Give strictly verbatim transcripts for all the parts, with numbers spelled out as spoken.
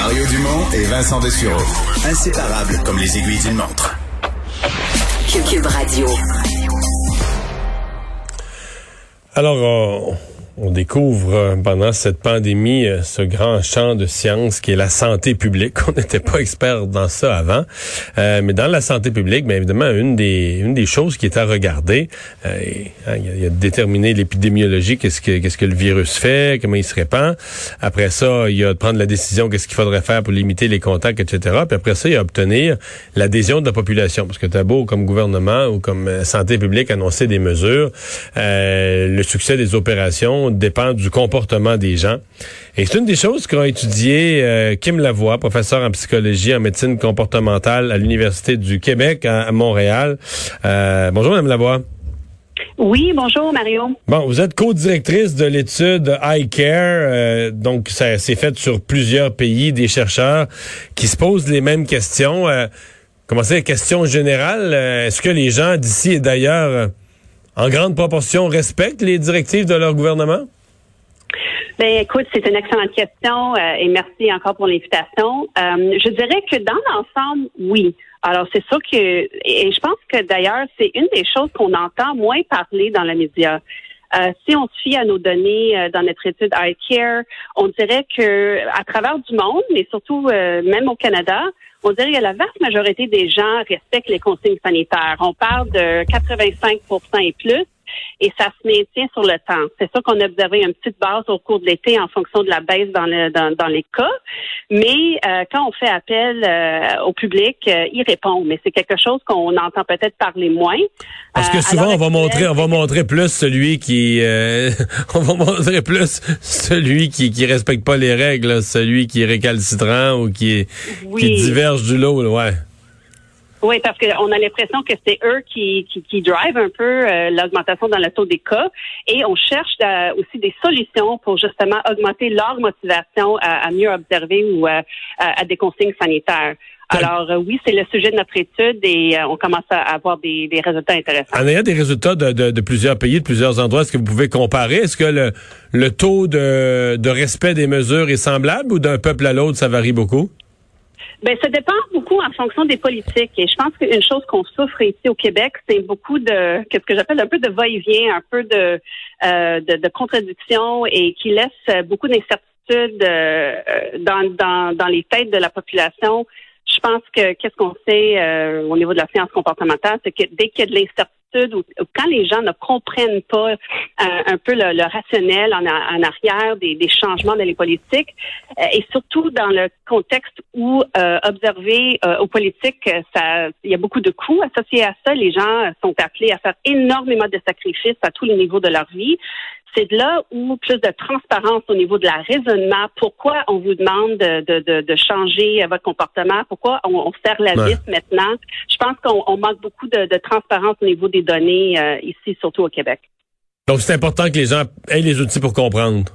Mario Dumont et Vincent Dessureau. Inséparables comme les aiguilles d'une montre. Cube Radio. Alors, on, on découvre pendant cette pandémie ce grand champ de science qui est la santé publique. On n'était pas expert dans ça avant, euh, mais dans la santé publique, bien évidemment, une des une des choses qui est à regarder, euh, et, hein, il, y a, il y a de déterminer l'épidémiologie, qu'est-ce que qu'est-ce que le virus fait, comment il se répand. Après ça, il y a de prendre la décision, qu'est-ce qu'il faudrait faire pour limiter les contacts, et cetera. Puis après ça, il y a obtenir l'adhésion de la population, parce que t'as beau comme gouvernement ou comme euh, santé publique annoncer des mesures, euh, le succès des opérations dépend du comportement des gens. Et c'est une des choses qu'a étudié euh, Kim Lavoie, professeur en psychologie, en médecine comportementale à l'Université du Québec à, à Montréal. Euh, bonjour, Mme Lavoie. Oui, bonjour, Mario. Bon, vous êtes co-directrice de l'étude iCare, euh, donc ça s'est fait sur plusieurs pays, des chercheurs qui se posent les mêmes questions. Euh, comment c'est, question générale, euh, est-ce que les gens d'ici et d'ailleurs, euh, en grande proportion, respectent les directives de leur gouvernement? Ben, écoute, c'est une excellente question euh, et merci encore pour l'invitation. Euh, je dirais que dans l'ensemble, oui. Alors, c'est sûr que, et je pense que d'ailleurs, c'est une des choses qu'on entend moins parler dans les médias. Euh, si on se fie à nos données euh, dans notre étude iCare, on dirait que à travers du monde, mais surtout euh, même au Canada, on dirait que la vaste majorité des gens respectent les consignes sanitaires. On parle de quatre-vingt-cinq pour cent et plus. Et ça se maintient sur le temps. C'est sûr qu'on a observé une petite base au cours de l'été en fonction de la baisse dans, le, dans, dans les cas, mais euh, quand on fait appel euh, au public, euh, il répond. Mais c'est quelque chose qu'on entend peut-être parler moins. Parce que souvent, on va montrer, on va montrer plus celui qui, euh, on va montrer plus celui qui qui respecte pas les règles, là, celui qui est récalcitrant ou qui est, oui. qui diverge du lot, là, ouais. Oui, parce qu'on a l'impression que c'est eux qui, qui, qui drivent un peu euh, l'augmentation dans le taux des cas et on cherche euh, aussi des solutions pour justement augmenter leur motivation à, à mieux observer ou à, à des consignes sanitaires. Alors euh, oui, c'est le sujet de notre étude et euh, on commence à avoir des, des résultats intéressants. En ayant des résultats de, de, de plusieurs pays, de plusieurs endroits, est-ce que vous pouvez comparer? Est-ce que le, le taux de, de respect des mesures est semblable ou d'un peuple à l'autre, ça varie beaucoup? Ben, ça dépend beaucoup en fonction des politiques. Et je pense qu'une chose qu'on souffre ici au Québec, c'est beaucoup de, qu'est-ce que j'appelle un peu de va-et-vient, un peu de, euh, de, de contradiction et qui laisse beaucoup d'incertitudes euh, dans, dans, dans les têtes de la population. Je pense que qu'est-ce qu'on sait euh, au niveau de la science comportementale, c'est que dès qu'il y a de l'incertitude ou, ou quand les gens ne comprennent pas euh, un peu le, le rationnel en, en arrière des, des changements dans les politiques, euh, et surtout dans le contexte où euh, observer euh, aux politiques, ça, il y a beaucoup de coûts associés à ça. Les gens sont appelés à faire énormément de sacrifices à tous les niveaux de leur vie. C'est de là où plus de transparence au niveau de la raisonnement. Pourquoi on vous demande de, de, de, de changer votre comportement? Pourquoi on, on serre la vis ouais. maintenant? Je pense qu'on on manque beaucoup de, de transparence au niveau des données euh, ici, surtout au Québec. Donc, c'est important que les gens aient les outils pour comprendre.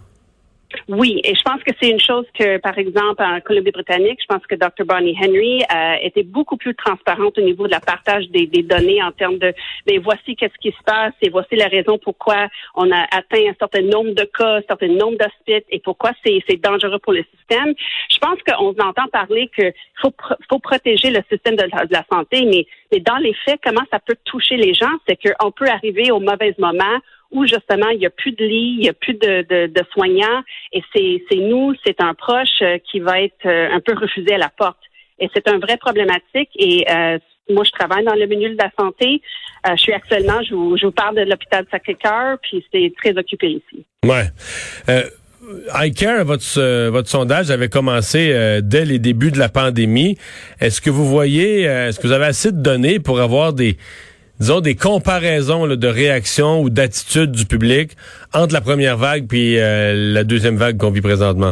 Oui, et je pense que c'est une chose que, par exemple, en Colombie-Britannique, je pense que docteur Bonnie Henry euh, était beaucoup plus transparente au niveau de la partage des, des données en termes de, mais voici qu'est-ce qui se passe et voici la raison pourquoi on a atteint un certain nombre de cas, un certain nombre d'hospices et pourquoi c'est, c'est dangereux pour le système. Je pense qu'on entend parler qu'il faut, faut protéger le système de la, de la santé, mais, mais dans les faits, comment ça peut toucher les gens, c'est qu'on peut arriver au mauvais moment où justement il n'y a plus de lits, il n'y a plus de, de, de soignants, et c'est, c'est nous, c'est un proche euh, qui va être euh, un peu refusé à la porte. Et c'est un vrai problématique. Et euh, moi, je travaille dans le milieu de la santé. Euh, je suis actuellement, je vous, je vous parle de l'hôpital Sacré-Cœur, puis c'est très occupé ici. Ouais. Euh... iCare, votre euh, votre sondage avait commencé euh, dès les débuts de la pandémie. Est-ce que vous voyez, euh, est-ce que vous avez assez de données pour avoir des, disons, des comparaisons là, de réactions ou d'attitudes du public entre la première vague puis euh, la deuxième vague qu'on vit présentement?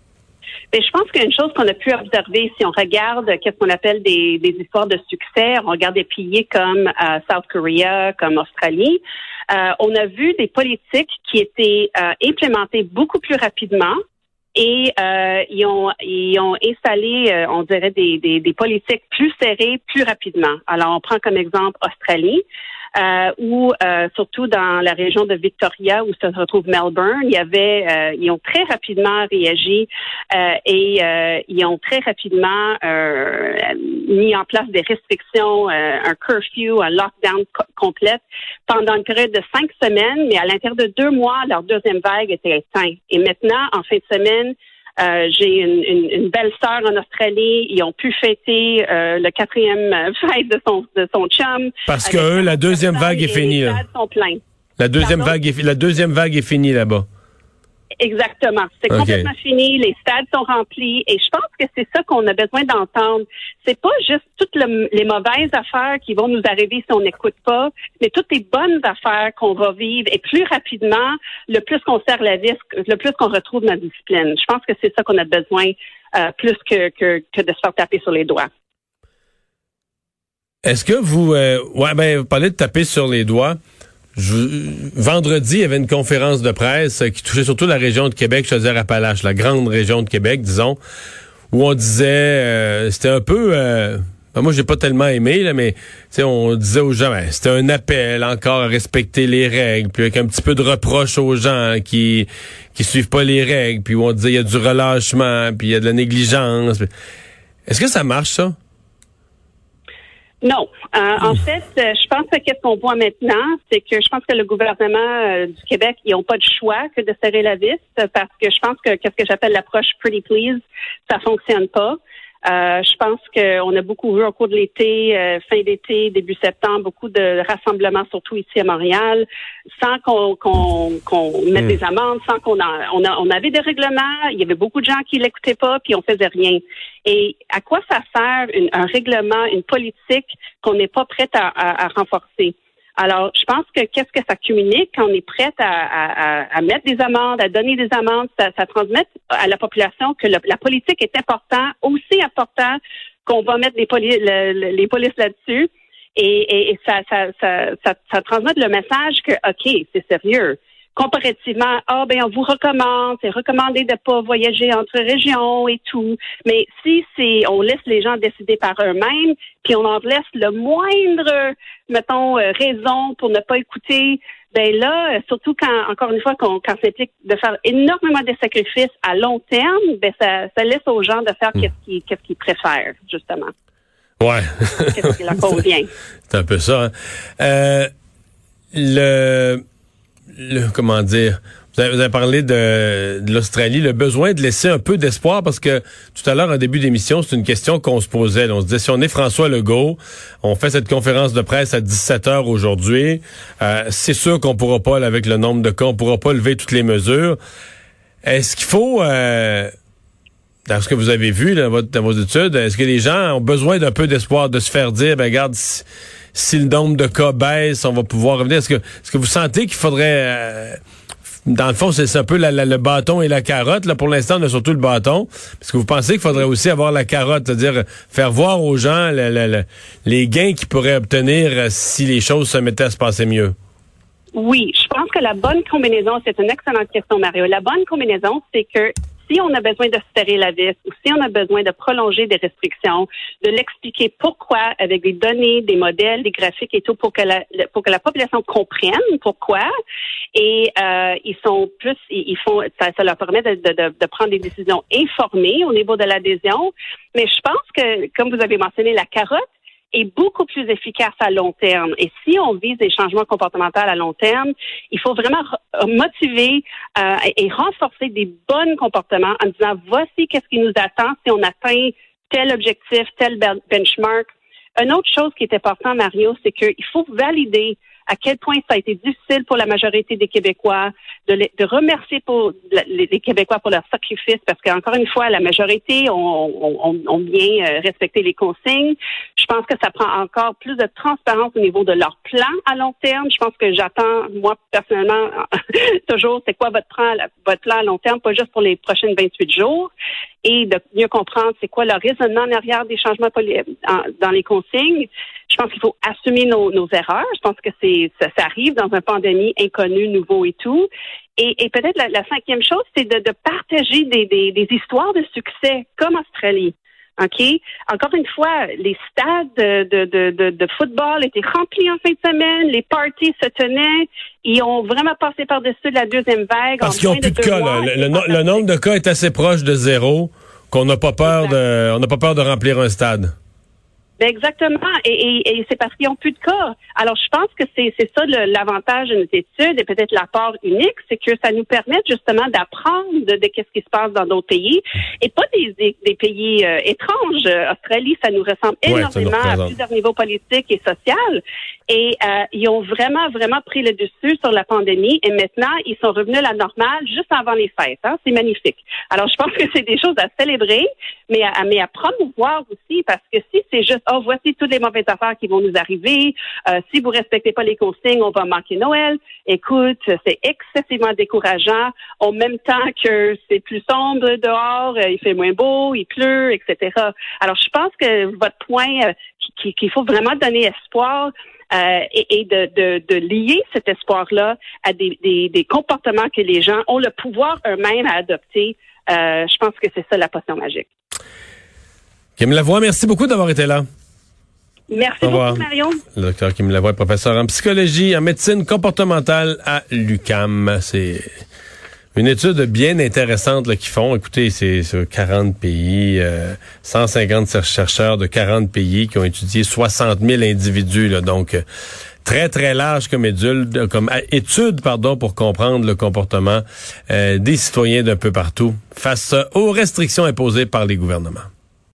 Mais je pense qu'une chose qu'on a pu observer, si on regarde qu'est-ce qu'on appelle des, des histoires de succès, on regarde des pays comme euh, South Korea, comme Australie, euh, on a vu des politiques qui étaient euh, implémentées beaucoup plus rapidement et euh, ils ont ils ont installé, euh, on dirait, des, des, des politiques plus serrées plus rapidement. Alors, on prend comme exemple Australie. euh, où, euh, surtout dans la région de Victoria, où se retrouve Melbourne, il y avait, euh, ils ont très rapidement réagi euh, et euh, ils ont très rapidement euh, mis en place des restrictions, euh, un curfew, un lockdown co- complète pendant une période de cinq semaines, mais à l'intérieur de deux mois, leur deuxième vague était éteinte. Et maintenant, en fin de semaine, Euh, j'ai une, une, une belle sœur en Australie. Ils ont pu fêter euh, le quatrième fête de son de son chum. Parce que eux, la deuxième vague est finie. Les là. stades sont pleins. La deuxième Pardon? vague est la deuxième vague est finie là-bas. Exactement. C'est Okay. complètement fini. Les stades sont remplis. Et je pense que c'est ça qu'on a besoin d'entendre. C'est pas juste toutes le, les mauvaises affaires qui vont nous arriver si on n'écoute pas, mais toutes les bonnes affaires qu'on va vivre. Et plus rapidement, le plus qu'on serre la vis, le plus qu'on retrouve notre discipline. Je pense que c'est ça qu'on a besoin euh, plus que, que, que de se faire taper sur les doigts. Est-ce que vous... Euh, ouais, ben, vous parlez de taper sur les doigts. Je, vendredi, il y avait une conférence de presse qui touchait surtout la région de Québec, Chaudière-Appalaches, la grande région de Québec, disons, où on disait, euh, c'était un peu, euh, ben moi j'ai pas tellement aimé là, mais on disait aux gens, ben, c'était un appel encore à respecter les règles, puis avec un petit peu de reproche aux gens qui qui suivent pas les règles, puis où on disait il y a du relâchement, puis il y a de la négligence. Est-ce que ça marche ça? Non. Euh, en fait, euh, je pense que qu'est-ce qu'on voit maintenant, c'est que je pense que le gouvernement euh, du Québec, ils n'ont pas de choix que de serrer la vis, parce que je pense que qu'est-ce que j'appelle l'approche pretty please, ça fonctionne pas. Euh, je pense qu'on a beaucoup vu au cours de l'été, euh, fin d'été, début septembre, beaucoup de rassemblements, surtout ici à Montréal, sans qu'on qu'on, qu'on mette mmh. des amendes, sans qu'on a, on, a, on avait des règlements, il y avait beaucoup de gens qui l'écoutaient pas, puis on faisait rien. Et à quoi ça sert une, un règlement, une politique qu'on n'est pas prête à, à, à renforcer? Alors, je pense que qu'est-ce que ça communique quand on est prête à, à, à mettre des amendes, à donner des amendes, ça, ça transmet à la population que le, la politique est important, aussi important qu'on va mettre les, poli- le, le, les polices là-dessus. Et, et, et ça, ça, ça, ça, ça transmet le message que, OK, c'est sérieux. Comparativement, ah ben on vous recommande, c'est recommandé de pas voyager entre régions et tout. Mais si c'est, on laisse les gens décider par eux-mêmes, puis on en laisse le moindre, mettons, euh, raison pour ne pas écouter, ben là, surtout quand, encore une fois, quand, quand ça implique de faire énormément de sacrifices à long terme, ben ça, ça laisse aux gens de faire mmh. qu'est-ce qu'ils, qu'est-ce qu'ils préfèrent, justement. Ouais. Qu'est-ce qui leur convient. C'est un peu ça. Hein. Euh, le Le, comment dire, vous avez, vous avez parlé de, de l'Australie, le besoin de laisser un peu d'espoir, parce que tout à l'heure, en début d'émission, c'est une question qu'on se posait. Là. On se disait, si on est François Legault, on fait cette conférence de presse à dix-sept heures aujourd'hui, euh, c'est sûr qu'on pourra pas, là, avec le nombre de cas, on pourra pas lever toutes les mesures. Est-ce qu'il faut... Euh, dans ce que vous avez vu là, dans, votre, dans vos études, est-ce que les gens ont besoin d'un peu d'espoir, de se faire dire, ben regarde, si, si le nombre de cas baisse, on va pouvoir revenir. Est-ce que, est-ce que vous sentez qu'il faudrait... Euh, dans le fond, c'est, c'est un peu la, la, le bâton et la carotte. Là, pour l'instant, on a surtout le bâton. Est-ce que vous pensez qu'il faudrait aussi avoir la carotte, c'est-à-dire faire voir aux gens le, le, le, les gains qu'ils pourraient obtenir si les choses se mettaient à se passer mieux? Oui, je pense que la bonne combinaison, c'est une excellente question, Mario. La bonne combinaison, c'est que si on a besoin de serrer la vis ou si on a besoin de prolonger des restrictions, de l'expliquer pourquoi avec des données, des modèles, des graphiques et tout pour que la pour que la population comprenne pourquoi. Et euh, ils sont plus, ils font, ça, ça leur permet de, de, de prendre des décisions informées au niveau de l'adhésion. Mais je pense que, comme vous avez mentionné, la carotte est beaucoup plus efficace à long terme. Et si on vise des changements comportementaux à long terme, il faut vraiment motiver euh, et renforcer des bons comportements en disant voici qu'est-ce qui nous attend si on atteint tel objectif, tel benchmark. Une autre chose qui est importante, Mario, c'est qu'il faut valider à quel point ça a été difficile pour la majorité des Québécois, de, les, de remercier pour les, les Québécois pour leur sacrifice, parce qu'encore une fois, la majorité ont, ont, ont bien respecté les consignes. Je pense que ça prend encore plus de transparence au niveau de leur plan à long terme. Je pense que j'attends, moi, personnellement, toujours, c'est quoi votre plan, votre plan à long terme, pas juste pour les prochaines vingt-huit jours, et de mieux comprendre c'est quoi le raisonnement en arrière des changements dans les consignes. Je pense qu'il faut assumer nos, nos erreurs. Je pense que c'est ça, ça arrive dans une pandémie inconnue, nouveau et tout. Et, et peut-être la, la cinquième chose, c'est de, de partager des, des, des histoires de succès comme Australie. OK? Encore une fois, les stades de, de, de, de football étaient remplis en fin de semaine, les parties se tenaient, ils ont vraiment passé par-dessus la deuxième vague. Parce qu'ils n'ont plus de, de cas, là. Le, le, le, le nombre de cas est assez proche de zéro qu'on n'a pas peur exact. de, on n'a pas peur de remplir un stade. Ben exactement, et, et, et c'est parce qu'ils n'ont plus de cas. Alors, je pense que c'est, c'est ça le, l'avantage de nos études et peut-être l'apport unique, c'est que ça nous permet justement d'apprendre de, de qu'est-ce qui se passe dans d'autres pays et pas des, des, des pays euh, étranges. Australie, ça nous ressemble ouais, énormément à plusieurs niveaux politiques et social. Et euh, ils ont vraiment, vraiment pris le dessus sur la pandémie et maintenant, ils sont revenus à la normale juste avant les fêtes. Hein? C'est magnifique. Alors, je pense que c'est des choses à célébrer, mais à, mais à promouvoir aussi, parce que si c'est juste oh, voici toutes les mauvaises affaires qui vont nous arriver. Euh, si vous respectez pas les consignes, on va manquer Noël. Écoute, c'est excessivement décourageant. En même temps que c'est plus sombre dehors, il fait moins beau, il pleut, et cetera. Alors, je pense que votre point, euh, qu'il faut vraiment donner espoir euh, et, et de, de, de lier cet espoir-là à des, des, des comportements que les gens ont le pouvoir eux-mêmes à adopter. Euh, je pense que c'est ça la potion magique. Kim Lavoie, merci beaucoup d'avoir été là. Merci beaucoup, Marion. Le docteur Kim Lavoie, professeur en psychologie, en médecine comportementale à l'U Q A M. C'est une étude bien intéressante là, qu'ils font. Écoutez, c'est sur quarante pays, euh, cent cinquante chercheurs de quarante pays qui ont étudié soixante mille individus. Là, donc, très, très large comme étude, comme étude pardon, pour comprendre le comportement euh, des citoyens d'un peu partout face aux restrictions imposées par les gouvernements.